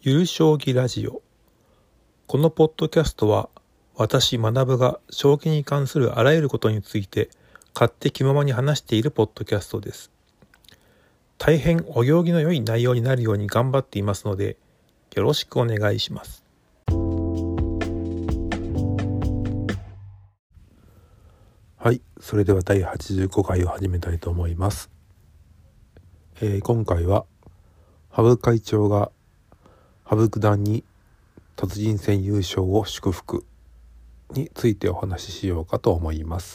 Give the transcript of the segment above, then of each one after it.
ゆる将棋ラジオ。このポッドキャストは私学が将棋に関するあらゆることについて勝手気ままに話しているポッドキャストです。大変お行儀の良い内容になるように頑張っていますのでよろしくお願いします。はい、それでは第85回を始めたいと思います。今回は羽生会長が羽生九段に達人戦優勝を祝福についてお話ししようかと思います。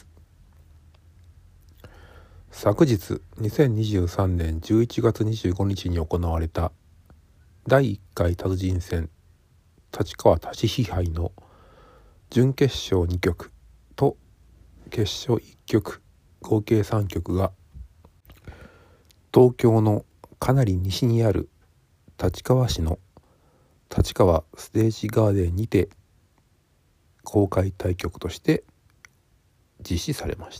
昨日2023年11月25日に行われた第1回達人戦立川立飛杯の準決勝2局と決勝1局合計3局が東京のかなり西にある立川市の立川ステージガーデンにて公開対局として実施されました。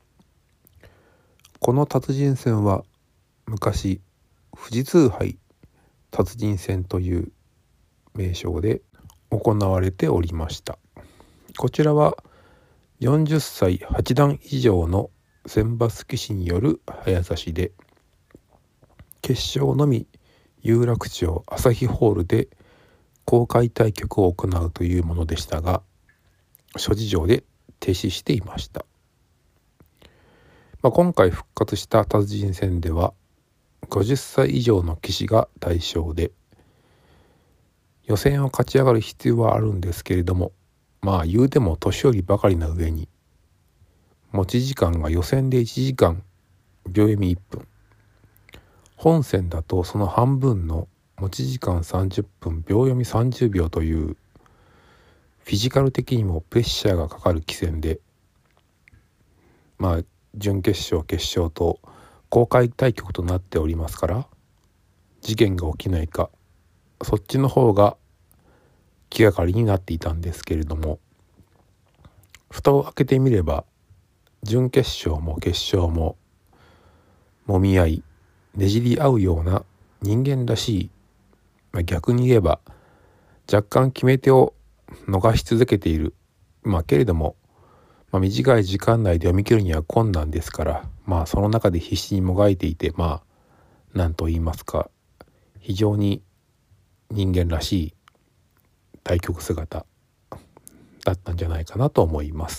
この達人戦は昔富士通杯達人戦という名称で行われておりました。こちらは40歳8段以上の選抜棋士による早指しで、決勝のみ有楽町朝日ホールで公開対局を行うというものでしたが、諸事情で停止していました。今回復活した達人戦では50歳以上の棋士が対象で、予選を勝ち上がる必要はあるんですけれども、言うても年寄りばかりな上に持ち時間が予選で1時間秒読み1分、本戦だとその半分の持ち時間30分秒読み30秒というフィジカル的にもプレッシャーがかかる棋戦で、準決勝決勝と公開対局となっておりますから、事件が起きないかそっちの方が気がかりになっていたんですけれども、蓋を開けてみれば準決勝も決勝も揉み合いねじり合うような人間らしい、逆に言えば若干決め手を逃し続けている、けれども、短い時間内で読み切るには困難ですから、その中で必死にもがいていて、なんと言いますか、非常に人間らしい対局姿だったんじゃないかなと思います。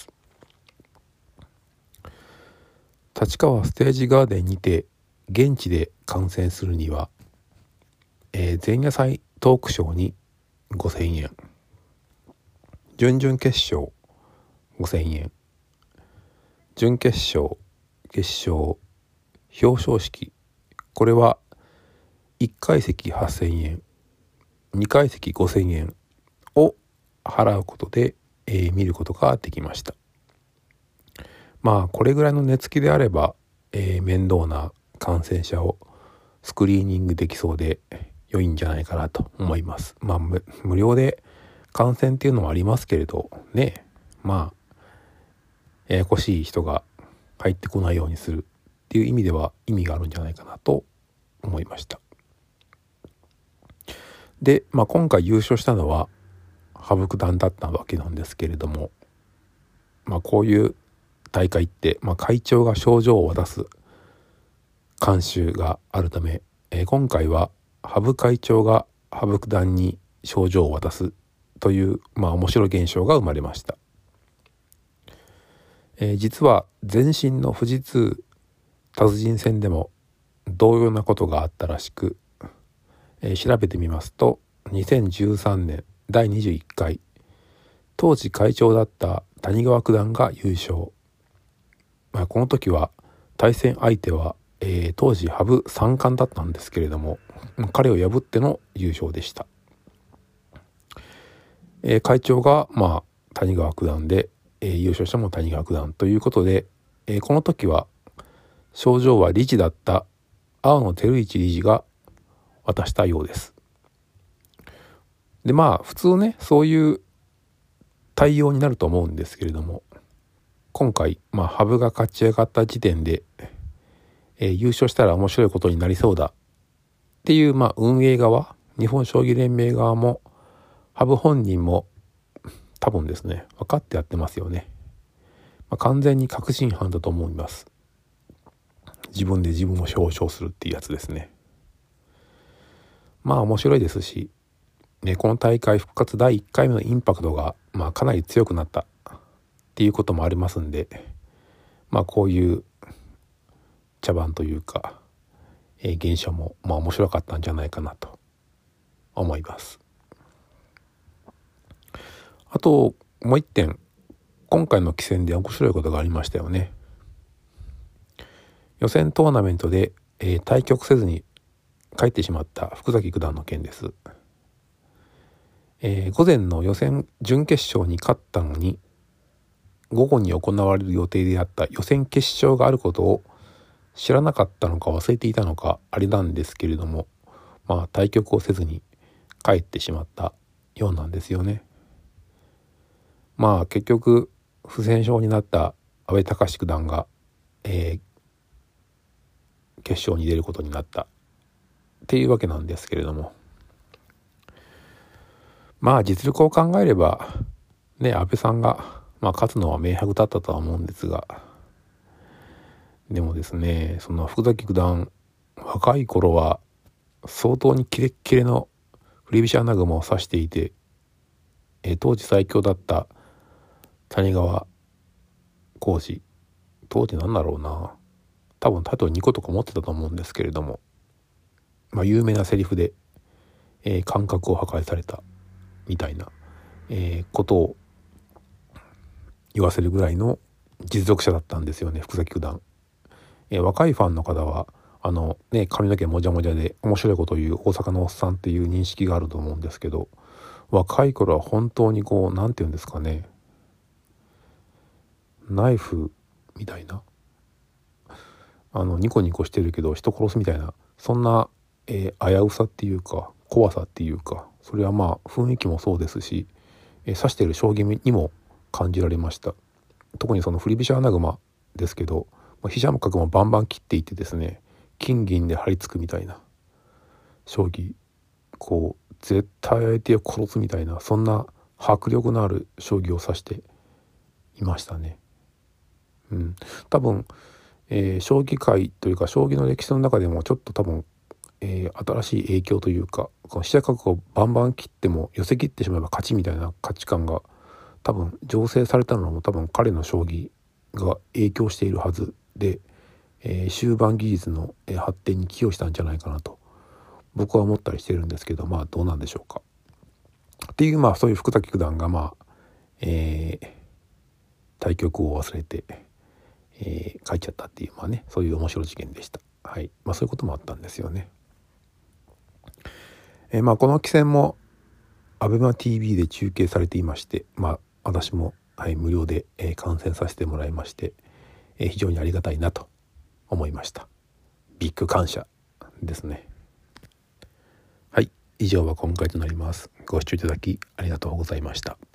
立川ステージガーデンにて現地で観戦するには、前夜祭トークショーに5000円、準々決勝5000円、準決勝決勝表彰式、これは1階席8000円2階席5000円を払うことで、見ることができました。これぐらいの値付きであれば、面倒な感染者をスクリーニングできそうで良いんじゃないかなと思います。無料で観戦っていうのもありますけれどね、ややこしい人が入ってこないようにするっていう意味では意味があるんじゃないかなと思いました。で、今回優勝したのは羽生九段だったわけなんですけれども、こういう大会って、会長が賞状を渡す慣習があるため、今回は羽生会長が羽生九段に賞状を渡すという、面白い現象が生まれました。実は前身の富士通達人戦でも同様なことがあったらしく、調べてみますと2013年第21回当時会長だった谷川九段が優勝、この時は対戦相手は、当時羽生三冠だったんですけれども、彼を破っての優勝でした。会長が谷川九段で、優勝者も谷川九段ということで、この時は賞状は理事だった青野照一理事が渡したようです。で普通ね、そういう対応になると思うんですけれども、今回羽生が勝ち上がった時点で、優勝したら面白いことになりそうだっていう運営側日本将棋連盟側も羽生本人も多分ですね分かってやってますよね。完全に確信犯だと思います。自分で自分を表彰するっていうやつですね。面白いですし、この大会復活第1回目のインパクトがかなり強くなったっていうこともありますんで、こういう茶番というか、現象も面白かったんじゃないかなと思います。あともう一点、今回の棋戦で面白いことがありましたよね。予選トーナメントで、対局せずに帰ってしまった福崎九段の件です。午前の予選準決勝に勝ったのに、午後に行われる予定であった予選決勝があることを知らなかったのか忘れていたのかあれなんですけれども、対局をせずに帰ってしまったようなんですよね。結局不戦勝になった阿部隆九段が、決勝に出ることになったっていうわけなんですけれども、実力を考えればね、阿部さんが、勝つのは明白だったとは思うんですが、でもですね、その福崎九段若い頃は相当にキレッキレの振り飛車穴熊を指していて、当時最強だった谷川浩司、当時なんだろうな、多分タイトル2個とか持ってたと思うんですけれども、有名なセリフで、感覚を破壊されたみたいな、ことを言わせるぐらいの実力者だったんですよね、福崎九段。若いファンの方は髪の毛もじゃもじゃで面白いことを言う大阪のおっさんっていう認識があると思うんですけど、若い頃は本当になんていうんですかね、ナイフみたいな、ニコニコしてるけど人殺すみたいな、そんな、危うさっていうか怖さっていうか、それは雰囲気もそうですし、指している将棋にも感じられました。特にその振り飛車穴熊ですけど、飛車も角もバンバン切っていってですね、金銀で張り付くみたいな将棋、絶対相手を殺すみたいな、そんな迫力のある将棋を指していましたね。多分、将棋界というか将棋の歴史の中でもちょっと多分、新しい影響というか、この飛車角をバンバン切っても寄せ切ってしまえば勝ちみたいな価値観が多分醸成されたのも多分彼の将棋が影響しているはずで、終盤技術の発展に寄与したんじゃないかなと僕は思ったりしてるんですけど、どうなんでしょうかっていう、そういう福崎九段が対局を忘れて、帰っちゃったっていうそういう面白い事件でした。はい、そういうこともあったんですよね。この棋戦も ABEMA-TV で中継されていまして、私も、無料で、観戦させてもらいまして、非常にありがたいなと思いました。ビッグ感謝ですね。はい、以上は今回となります。ご視聴いただきありがとうございました。